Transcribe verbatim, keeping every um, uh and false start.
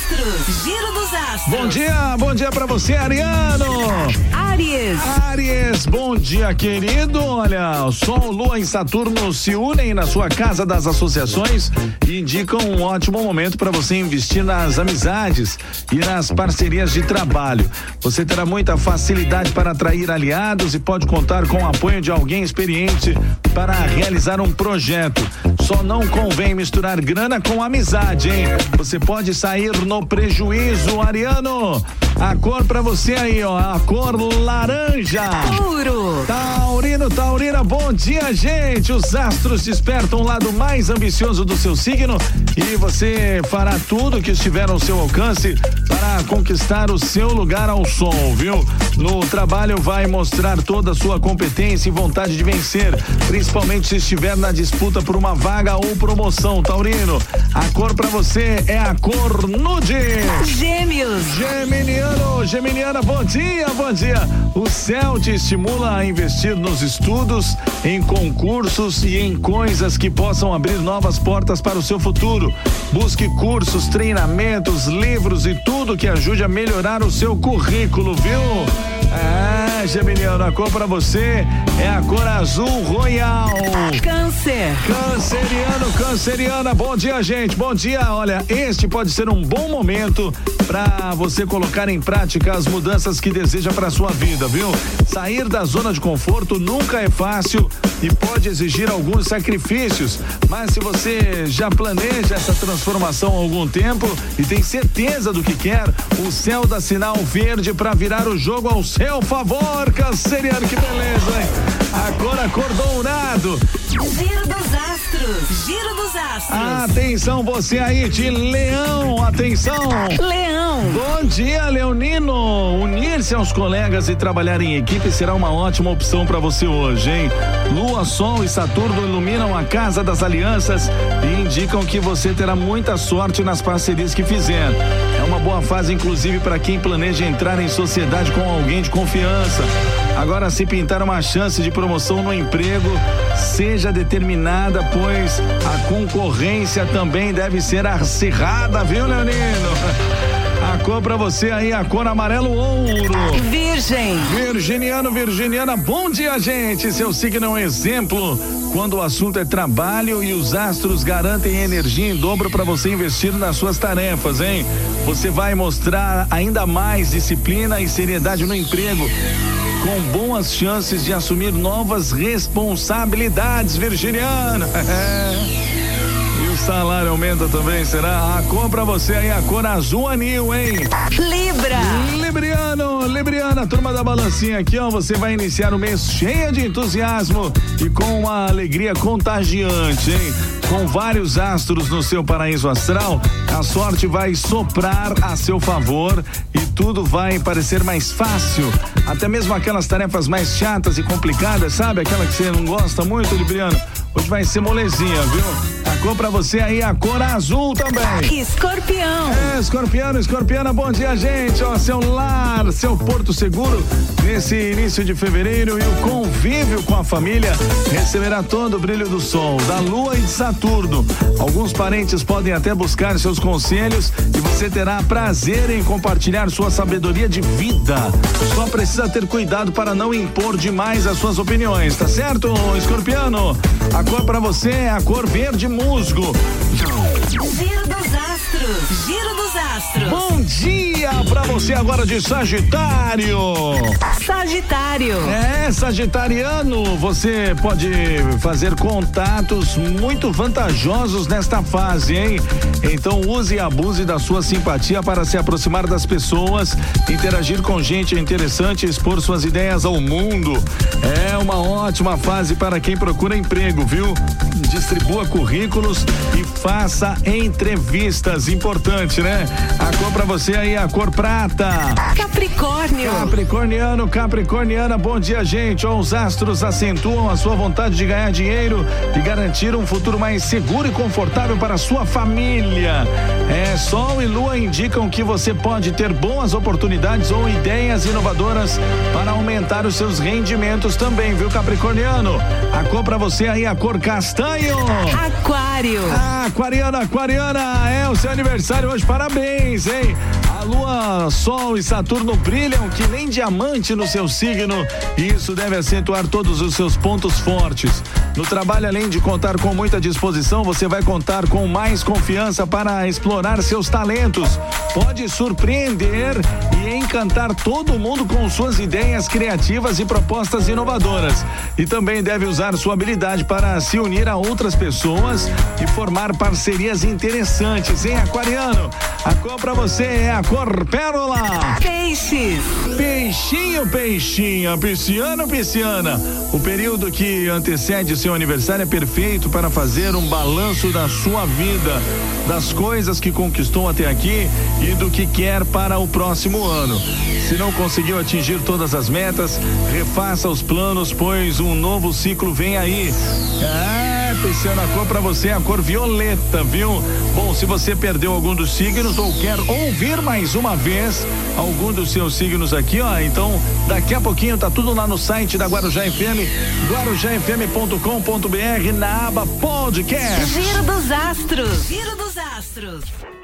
astros. Giro dos astros. Bom dia, bom dia pra você, Ariano. Áries. Áries, bom dia, querido. Olha, Sol, Lua e Saturno se unem na sua casa das associações e indicam um ótimo momento para você investir nas amizades e nas parcerias de trabalho. Você terá muita facilidade para atrair aliados e pode contar com o apoio de alguém experiente para realizar um projeto. Só não convém misturar grana com amizade, hein? Você pode sair no prejuízo, Ariano. A cor pra você aí, ó, a cor laranja. Touro. Taurino, Taurina, bom dia, gente. Os astros despertam o lado mais ambicioso do seu signo e você fará tudo que estiver ao seu alcance para conquistar o seu lugar ao sol, viu? No trabalho vai mostrar toda a sua competência e vontade de vencer, principalmente se estiver na disputa por uma vaga ou promoção, Taurino. A cor pra você é a cor nude. Gêmeos. Geminiano, Geminiana, bom dia, bom dia. O céu te estimula a investir nos estudos, em concursos e em coisas que possam abrir novas portas para o seu futuro. Busque cursos, treinamentos, livros e tudo que ajude a melhorar o seu currículo, viu? Ah, Geminiano, a cor pra você é a cor azul royal. Câncer. Canceriano, canceriana, bom dia, gente, bom dia. Olha, este pode ser um bom momento para você colocar em prática as mudanças que deseja para sua vida, viu? Sair da zona de conforto nunca é fácil e pode exigir alguns sacrifícios, mas se você já planeja essa transformação há algum tempo e tem certeza do que quer, o céu dá sinal verde para virar o jogo ao seu favor, canceriano, que beleza, hein? A cor, a cor dourado. Giro dos astros. Giro dos astros. Atenção, você aí de Leão, atenção. Leão. Bom dia, leonino. Unir-se aos colegas e trabalhar em equipe será uma ótima opção para você hoje, hein? Lua, Sol e Saturno iluminam a casa das alianças e indicam que você terá muita sorte nas parcerias que fizer. É uma boa fase, inclusive, para quem planeja entrar em sociedade com alguém de confiança. Agora, se pintar uma chance de promoção no emprego, seja determinada, pois a concorrência também deve ser acirrada, viu, leonino? A cor pra você aí, a cor amarelo ouro. Virgem. Virginiano, virginiana, bom dia, gente. Seu signo é um exemplo quando o assunto é trabalho e os astros garantem energia em dobro para você investir nas suas tarefas, hein? Você vai mostrar ainda mais disciplina e seriedade no emprego, com boas chances de assumir novas responsabilidades, virginiano. E o salário aumenta também, será? A cor pra você aí, a cor azul anil, hein? Libra. Libriano, Libriana, turma da balancinha aqui, ó, você vai iniciar o mês cheia de entusiasmo e com uma alegria contagiante, hein? Com vários astros no seu paraíso astral, a sorte vai soprar a seu favor e tudo vai parecer mais fácil. Até mesmo aquelas tarefas mais chatas e complicadas, sabe? Aquela que você não gosta muito, Libriano, hoje vai ser molezinha, viu? A cor pra você aí, a cor azul também. Escorpião. É, escorpiano, escorpiana, bom dia, gente. Ó, seu lar, seu porto seguro nesse início de fevereiro e o convívio com a família receberá todo o brilho do sol, da lua e de Saturno. Alguns parentes podem até buscar seus conselhos e você terá prazer em compartilhar sua sabedoria de vida. Só precisa ter cuidado para não impor demais as suas opiniões, tá certo, escorpiano? A cor pra você é a cor verde musgo. Giro dos astros. Giro dos astros. Bom dia pra você agora de Sagitário. Sagitário. É, sagitariano, você pode fazer contatos muito vantajosos nesta fase, hein? Então use e abuse da sua simpatia para se aproximar das pessoas, interagir com gente interessante e expor suas ideias ao mundo. É uma ótima fase para quem procura emprego, viu? Distribua currículos e faça entrevistas, importante, né? A cor pra você aí, a cor prata. Capricórnio. Capricorniano, Capricorniana, bom dia, gente. Ó, os astros acentuam a sua vontade de ganhar dinheiro e garantir um futuro mais seguro e confortável para a sua família. É, É, Sol e Lua indicam que você pode ter boas oportunidades ou ideias inovadoras para aumentar os seus rendimentos também, viu, Capricorniano? A cor pra você aí, a cor castanho. Aquário. Ah, aquariana, aquariana, é o seu aniversário hoje, parabéns, hein? A Lua, Sol e Saturno brilham que nem diamante no seu signo e isso deve acentuar todos os seus pontos fortes. No trabalho, além de contar com muita disposição, você vai contar com mais confiança para explorar seus talentos. Pode surpreender e encantar todo mundo com suas ideias criativas e propostas inovadoras. E também deve usar sua habilidade para se unir a outras pessoas e formar parcerias interessantes, hein, aquariano? A cor pra você é a cor pérola. Peixes. Peixinho, peixinha, pisciano, pisciana. O período que antecede seu aniversário é perfeito para fazer um balanço da sua vida, das coisas que conquistou até aqui e do que quer para o próximo ano. Se não conseguiu atingir todas as metas, refaça os planos, pois um novo ciclo vem aí. Ah, pisciano, a cor pra você é a cor violeta, viu? Bom, se você perdeu algum dos signos ou quer ouvir mais uma vez algum dos seus signos aqui, ó, então daqui a pouquinho tá tudo lá no site da Guarujá F M, guarujá f m ponto com ponto b r, na aba podcast. Giro dos Astros. Giro dos Astros.